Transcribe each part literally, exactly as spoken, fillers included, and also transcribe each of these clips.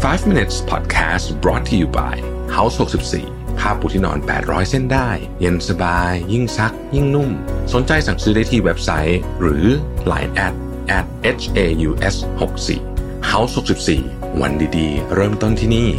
five minutes podcast brought to you by House หกสิบสี่ผ้าปูที่นอนแปดร้อยเส้นได้เย็นสบายยิ่งซักยิ่งนุ่มสนใจสั่งซื้อได้ที่เว็บไซต์หรือ ไลน์ แอท แอท เอช เอ ยู เอส หกสิบสี่ House หกสิบสี่วันดีๆเริ่มต้นที่นี่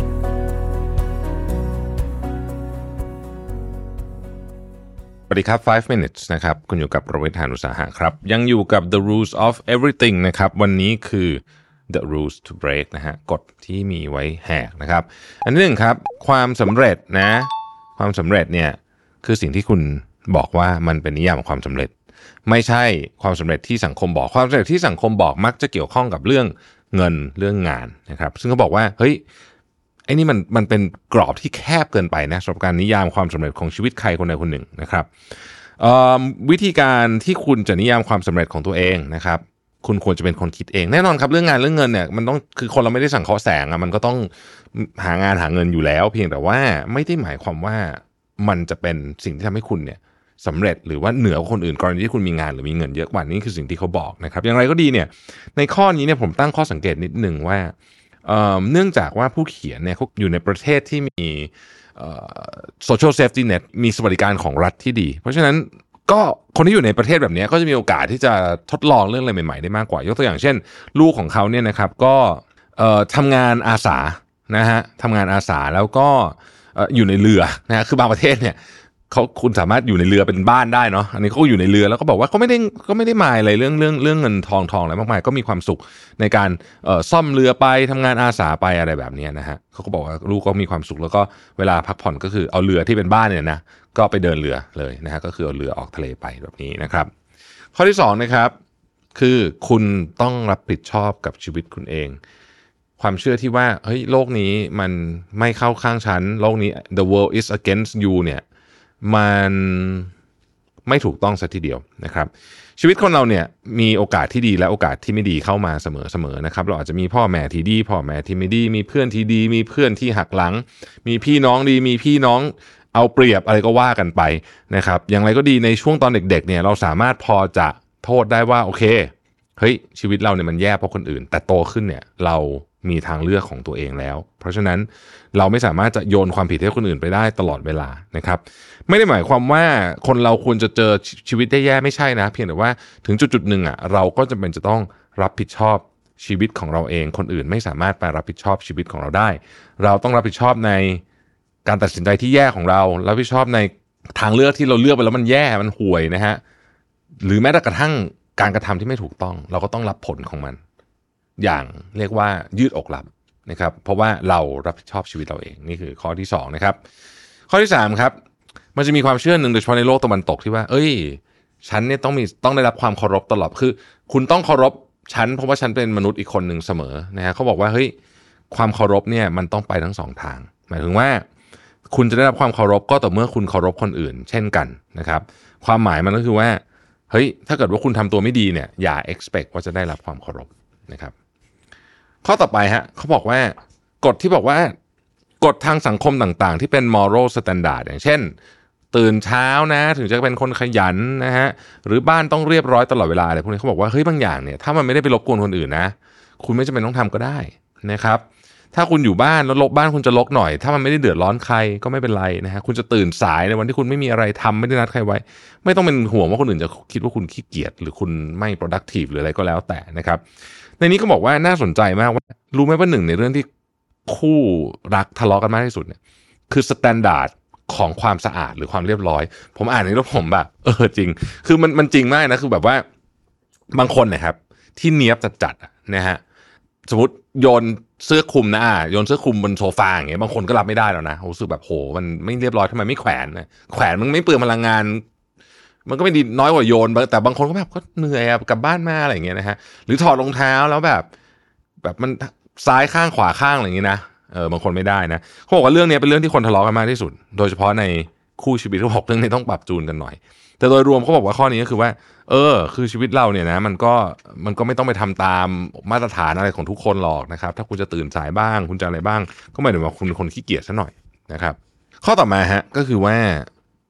สวัสดีครับfive minutes นะครับคุณอยู่กับประวิทย์ หาญอุตสาหะครับยังอยู่กับ The Rules of Everything นะครับวันนี้คือ The Rules to Break นะฮะกฎที่มีไว้แหกนะครับอันที่หนึ่งครับความสำเร็จนะความสำเร็จเนี่ยคือสิ่งที่คุณบอกว่ามันเป็นนิยามของความสำเร็จไม่ใช่ความสำเร็จที่สังคมบอกความสำเร็จที่สังคมบอกมักจะเกี่ยวข้องกับเรื่องเงินเรื่องงานนะครับซึ่งเขาบอกว่าเฮ้ยไอ้นี่มันมันเป็นกรอบที่แคบเกินไปนะสำหรับการนิยามความสำเร็จของชีวิตใครคนใดคนหนึ่งนะครับวิธีการที่คุณจะนิยามความสำเร็จของตัวเองนะครับคุณควรจะเป็นคนคิดเองแน่นอนครับเรื่องงานเรื่องเงินเนี่ยมันต้องคือคนเราไม่ได้สั่งเคาะแสงอ่ะมันก็ต้องหางานหาเงินอยู่แล้วเพียงแต่ว่าไม่ได้หมายความว่ามันจะเป็นสิ่งที่ทำให้คุณเนี่ยสำเร็จหรือว่าเหนือกว่าคนอื่นกรณีที่คุณมีงานหรือมีเงินเยอะกว่านี้คือสิ่งที่เขาบอกนะครับอย่างไรก็ดีเนี่ยในข้อนี้เนี่ยผมตั้งข้อสังเกตนิดนึงว่าเอ่อเนื่องจากว่าผู้เขียนเนี่ยเขาอยู่ในประเทศที่มีเอ่อ social safety net มีสวัสดิการของรัฐที่ดีเพราะฉะนั้นก็คนที่อยู่ในประเทศแบบนี้ก็จะมีโอกาสที่จะทดลองเรื่องอะไรใหม่ๆได้มากกว่ายกตัวอย่างเช่นลูกของเขาเนี่ยนะครับก็เอ่อทำงานอาสานะฮะทำงานอาสาแล้วก็เอ่ออยู่ในเรือนะฮะคือบางประเทศเนี่ยเขาคุณสามารถอยู่ในเรือเป็นบ้านได้เนาะอันนี้เขาอยู่ในเรือแล้วก็บอกว่าเขาไม่ได้ก็ไม่ได้หมายอะไรเรื่องเรื่องเรื่องเงินทองทองอะไรมากมายก็มีความสุขในการเอ่อซ่อมเรือไปทำงานอาสาไปอะไรแบบนี้นะฮะเขาก็บอกว่าลูกก็มีความสุขแล้วก็เวลาพักผ่อนก็คือเอาเรือที่เป็นบ้านเนี่ยนะก็ไปเดินเรือเลยนะฮะก็คือเอาเรือออกทะเลไปแบบนี้นะครับข้อที่สองนะครับคือคุณต้องรับผิดชอบกับชีวิตคุณเองความเชื่อที่ว่าเฮ้ยโลกนี้มันไม่เข้าข้างฉันโลกนี้ the world is against you เนี่ยมันไม่ถูกต้องซะทีเดียวนะครับชีวิตคนเราเนี่ยมีโอกาสที่ดีและโอกาสที่ไม่ดีเข้ามาเสมอๆนะครับเราอาจจะมีพ่อแม่ที่ดีพ่อแม่ที่ไม่ดีมีเพื่อนที่ดีมีเพื่อนที่หักหลังมีพี่น้องดีมีพี่น้องเอาเปรียบอะไรก็ว่ากันไปนะครับอย่างไรก็ดีในช่วงตอนเด็กๆเนี่ยเราสามารถพอจะโทษได้ว่าโอเคเฮ้ยชีวิตเราเนี่ยมันแย่เพราะคนอื่นแต่โตขึ้นเนี่ยเรามีทางเลือกของตัวเองแล้วเพราะฉะนั้นเราไม่สามารถจะโยนความผิดให้คนอื่นไปได้ตลอดเวลานะครับไม่ได้หมายความว่าคนเราควรจะเจอชีวิตได้แย่ไม่ใช่นะเพียงแต่ว่าถึงจุดๆหนึ่งอ่ะเราก็จำเป็นจะต้องรับผิดชอบชีวิตของเราเองคนอื่นไม่สามารถไปรับผิดชอบชีวิตของเราได้เราต้องรับผิดชอบในการตัดสินใจที่แย่ของเรารับผิดชอบในทางเลือกที่เราเลือกไปแล้วมันแย่มันห่วยนะฮะหรือแม้แต่กระทั่งการกระทำที่ไม่ถูกต้องเราก็ต้องรับผลของมันอย่างเรียกว่ายืดอกรับนะครับเพราะว่าเรารับผิดชอบชีวิตเราเองนี่คือข้อที่สองนะครับข้อที่สามครับมันจะมีความเชื่อหนึ่งโดยเฉพาะในโลกตะวันตกที่ว่าเอ้ยฉันเนี่ยต้องมีต้องได้รับความเคารพตลอดคือคุณต้องเคารพฉันเพราะว่าฉันเป็นมนุษย์อีกคนหนึ่งเสมอนะฮะเขาบอกว่าเฮ้ยความเคารพเนี่ยมันต้องไปทั้งสองทางหมายถึงว่าคุณจะได้รับความเคารพก็ต่อเมื่อคุณเคารพคนอื่นเช่นกันนะครับความหมายมันก็คือว่าเฮ้ยถ้าเกิดว่าคุณทำตัวไม่ดีเนี่ยอย่า expect ว่าจะได้รับความเคารพนะครับข้อต่อไปฮะเขาบอกว่ากฎที่บอกว่ากฎทางสังคมต่างๆที่เป็น moral standard อย่างเช่นตื่นเช้านะถึงจะเป็นคนขยันนะฮะหรือบ้านต้องเรียบร้อยตลอดเวลาอะไรพวกนี้เขาบอกว่าเฮ้ยบางอย่างเนี่ยถ้ามันไม่ได้ไปรบกวนคนอื่นนะคุณไม่จำเป็นต้องทำก็ได้นะครับถ้าคุณอยู่บ้านแล้วรกบ้านคุณจะรกหน่อยถ้ามันไม่ได้เดือดร้อนใครก็ไม่เป็นไรนะฮะคุณจะตื่นสายในวันที่คุณไม่มีอะไรทำไม่ได้นัดใครไว้ไม่ต้องเป็นห่วงว่าคนอื่นจะคิดว่าคุณขี้เกียจหรือคุณไม่ productive หรืออะไรก็แล้วแต่นะครับในนี้ก็บอกว่าน่าสนใจมากว่ารู้ไหมว่าหนึ่งในเรื่องที่คู่รักทะเลาะกันมากที่สุดเนี่ยคือสแตนดาร์ดของความสะอาดหรือความเรียบร้อยผมอ่านนี้แล้วผมแบบเออจริงคือมันมันจริงมากนะคือแบบว่าบางคนนะครับที่เนียบจัดๆนะฮะสมมติโยนเสื้อคลุมนะโยนเสื้อคลุมบนโซฟาอย่างเงี้ยบางคนก็รับไม่ได้แล้วนะรู้สึกแบบโหมันไม่เรียบร้อยทำไมไม่แขวนนะแขวนมันไม่เปลืองพลังงานมันก็ไม่ดีน้อยกว่าโยนแต่บางคนก็แบบก็เหนื่อยอะกลับบ้านมาอะไรอย่างเงี้ยนะฮะหรือถอดรองเท้าแล้วแบบแบบมันซ้ายข้างขวาข้างอะไรอย่างงี้นะเออบางคนไม่ได้นะเขาบอกว่าเรื่องนี้เป็นเรื่องที่คนทะเลาะกันมากที่สุดโดยเฉพาะในคู่ชีวิตเขาบอกเรื่องนี้ต้องปรับจูนกันหน่อยแต่โดยรวมเขาบอกว่าข้อนี้ก็คือว่าเออคือชีวิตเราเนี่ยนะมันก็มันก็ไม่ต้องไปทำตามมาตรฐานอะไรของทุกคนหรอกนะครับถ้าคุณจะตื่นสายบ้างคุณจะอะไรบ้างก็หมายถึงว่าคุณเป็นคนขี้เกียจซะหน่อยนะครับข้อต่อมาฮะก็คือว่า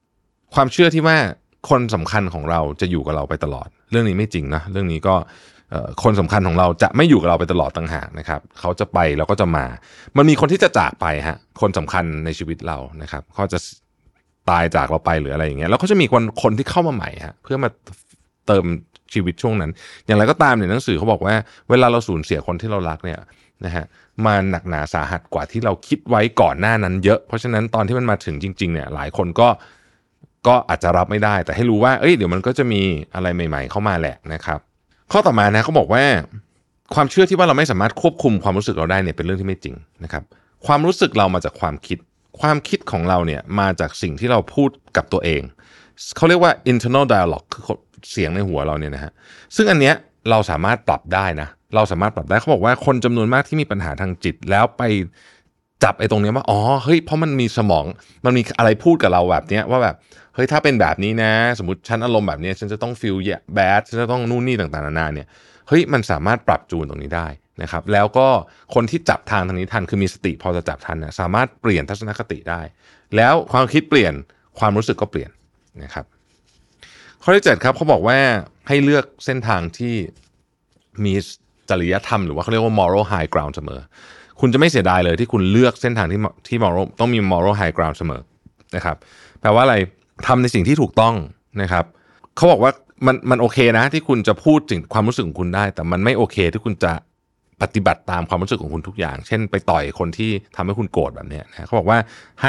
ความเชื่อที่ว่าคนสำคัญของเราจะอยู่กับเราไปตลอดเรื่องนี้ไม่จริงนะเรื่องนี้ก็คนสำคัญของเราจะไม่อยู่กับเราไปตลอดต่างหากนะครับเขาจะไปแล้วก็จะมามันมีคนที่จะจากไปฮะคนสำคัญในชีวิตเรานะครับเขาจะตายจากเราไปหรืออะไรอย่างเงี้ยแล้วก็จะมีคนคนที่เข้ามาใหม่ฮะเพื่อมาเติมชีวิตช่วงนั้นอย่างไรก็ตามเนี่ยหนังสือเขาบอกว่าเวลาเราสูญเสียคนที่เรารักเนี่ยนะฮะมาหนักหนาสาหัสกว่าที่เราคิดไว้ก่อนหน้านั้นเยอะเพราะฉะนั้นตอนที่มันมาถึงจริงๆเนี่ยหลายคนก็ก็อาจจะรับไม่ได้แต่ให้รู้ว่าเอ้ยเดี๋ยวมันก็จะมีอะไรใหม่ๆเข้ามาแหละนะครับข้อต่อมานะเขาบอกว่าความเชื่อที่ว่าเราไม่สามารถควบคุมความรู้สึกเราได้เนี่ยเป็นเรื่องที่ไม่จริงนะครับความรู้สึกเรามาจากความคิดความคิดของเราเนี่ยมาจากสิ่งที่เราพูดกับตัวเองเขาเรียกว่า internal dialogue คือเสียงในหัวเราเนี่ยนะฮะซึ่งอันเนี้ยเราสามารถปรับได้นะเราสามารถปรับได้เขาบอกว่าคนจำนวนมากที่มีปัญหาทางจิตแล้วไปจับไอ้ตรงนี้ว่าอ๋อเฮ้ยเพราะมันมีสมองมันมีอะไรพูดกับเราแบบเนี้ยว่าแบบเฮ้ยถ้าเป็นแบบนี้นะสมมติฉันอารมณ์แบบนี้ฉันจะต้อง feel bad ฉันจะต้องนู่นนี่ต่างๆนานาเนี่ยเฮ้ยมันสามารถปรับจูนตรงนี้ได้นะครับแล้วก็คนที่จับทางทางนี้ทันคือมีสติพอจะจับทันนะสามารถเปลี่ยนทัศนคติได้แล้วความคิดเปลี่ยนความรู้สึกก็เปลี่ยนนะครับข้อที่เจ็ดครับเขาบอกว่าให้เลือกเส้นทางที่มีจริยธรรมหรือว่าเขาเรียกว่า moral high ground เสมอคุณจะไม่เสียดายเลยที่คุณเลือกเส้นทางที่ที่ moral ต้องมี moral high ground เสมอนะครับแปลว่าอะไรทำในสิ่งที่ถูกต้องนะครับเขาบอกว่ามันมันโอเคนะที่คุณจะพูดถึงความรู้สึกของคุณได้แต่มันไม่โอเคที่คุณจะปฏิบัติตามความรู้สึกของคุณทุกอย่างเช่นไปต่อยคนที่ทำให้คุณโกรธแบบนี้นะเขาบอกว่าให้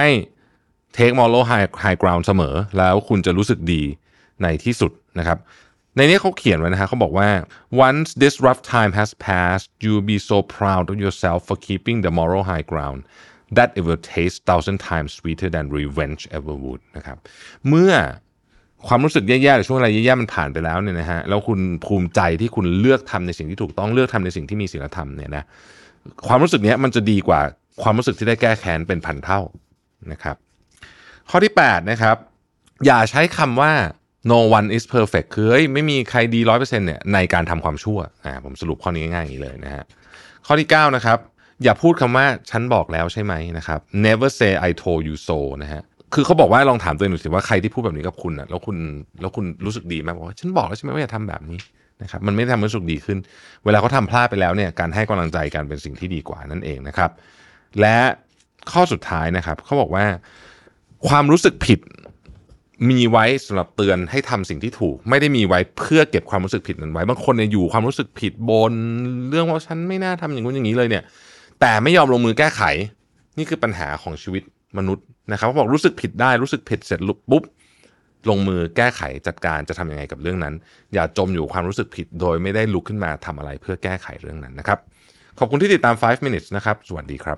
take moral high high ground เสมอแล้วคุณจะรู้สึกดีในที่สุดนะครับในนี้เขาเขียนไว้นะฮะเขาบอกว่า once this rough time has passed you'll be so proud of yourself for keeping the moral high ground that it will taste thousand times sweeter than revenge ever would นะครับเมื่อความรู้สึกแย่ๆหรือช่วงอะไรแย่ๆมันผ่านไปแล้วเนี่ยนะฮะแล้วคุณภูมิใจที่คุณเลือกทำในสิ่งที่ถูกต้องเลือกทำในสิ่งที่มีศีลธรรมเนี่ยนะความรู้สึกนี้มันจะดีกว่าความรู้สึกที่ได้แก้แค้นเป็นพันเท่านะครับข้อที่แปดนะครับอย่าใช้คำว่าno one is perfect คือเฮ้ยไม่มีใครดี ร้อยเปอร์เซ็นต์ เนี่ยในการทำความชั่วอ่าผมสรุปข้อนี้ง่ายๆอย่างนี้เลยนะฮะข้อที่เก้านะครับอย่าพูดคำว่าฉันบอกแล้วใช่ไหมนะครับ never say I told you so นะฮะคือเขาบอกว่าลองถามตัวเองหน่อยสิว่าใครที่พูดแบบนี้กับคุณอ่ะแล้วคุณแล้วคุณรู้สึกดีไหมบอกว่าฉันบอกแล้วใช่ไหมว่าอย่าทำแบบนี้นะครับมันไม่ทำให้รู้สึกดีขึ้นเวลาเขาทำพลาดไปแล้วเนี่ยการให้กำลังใจกันเป็นสิ่งที่ดีกว่านั่นเองนะครับและข้อสุดท้ายนะครับเขาบอกว่าความรู้สึกผิดมีไว้สำหรับเตือนให้ทำสิ่งที่ถูกไม่ได้มีไว้เพื่อเก็บความรู้สึกผิดนั้นไว้บางคนเนี่ยอยู่ความรู้สึกผิดบนเรื่องว่าฉันไม่น่าทำอย่างนู้นอย่างนี้เลยเนี่ยแต่ไม่ยอมลงมือแก้ไขนี่คือปัญหาของชีวิตมนุษย์นะครับเขาบอกรู้สึกผิดได้รู้สึกผิดเสร็จปุ๊บลงมือแก้ไขจัดการจะทำยังไงกับเรื่องนั้นอย่าจมอยู่ความรู้สึกผิดโดยไม่ได้ลุกขึ้นมาทำอะไรเพื่อแก้ไขเรื่องนั้นนะครับขอบคุณที่ติดตามไฟว์ minutes นะครับสวัสดีครับ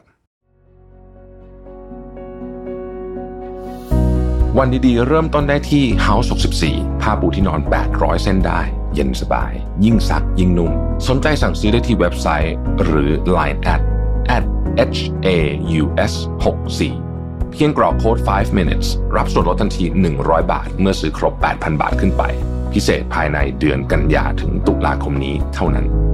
วันดีๆเริ่มต้นได้ที่ House หกสิบสี่ ผ้าปูที่นอนแปดร้อยเส้นได้เย็นสบายยิ่งซักยิ่งนุ่มสนใจสั่งซื้อได้ที่เว็บไซต์หรือ ไลน์ แอท แอท เอช เอ ยู เอส หกสิบสี่ เพียงกรอกโค้ดไฟว์ minutes รับส่วนลดทันทีหนึ่งร้อยบาทเมื่อซื้อครบ แปดพัน บาทขึ้นไปพิเศษภายในเดือนกันยาถึงตุลาคมนี้เท่านั้น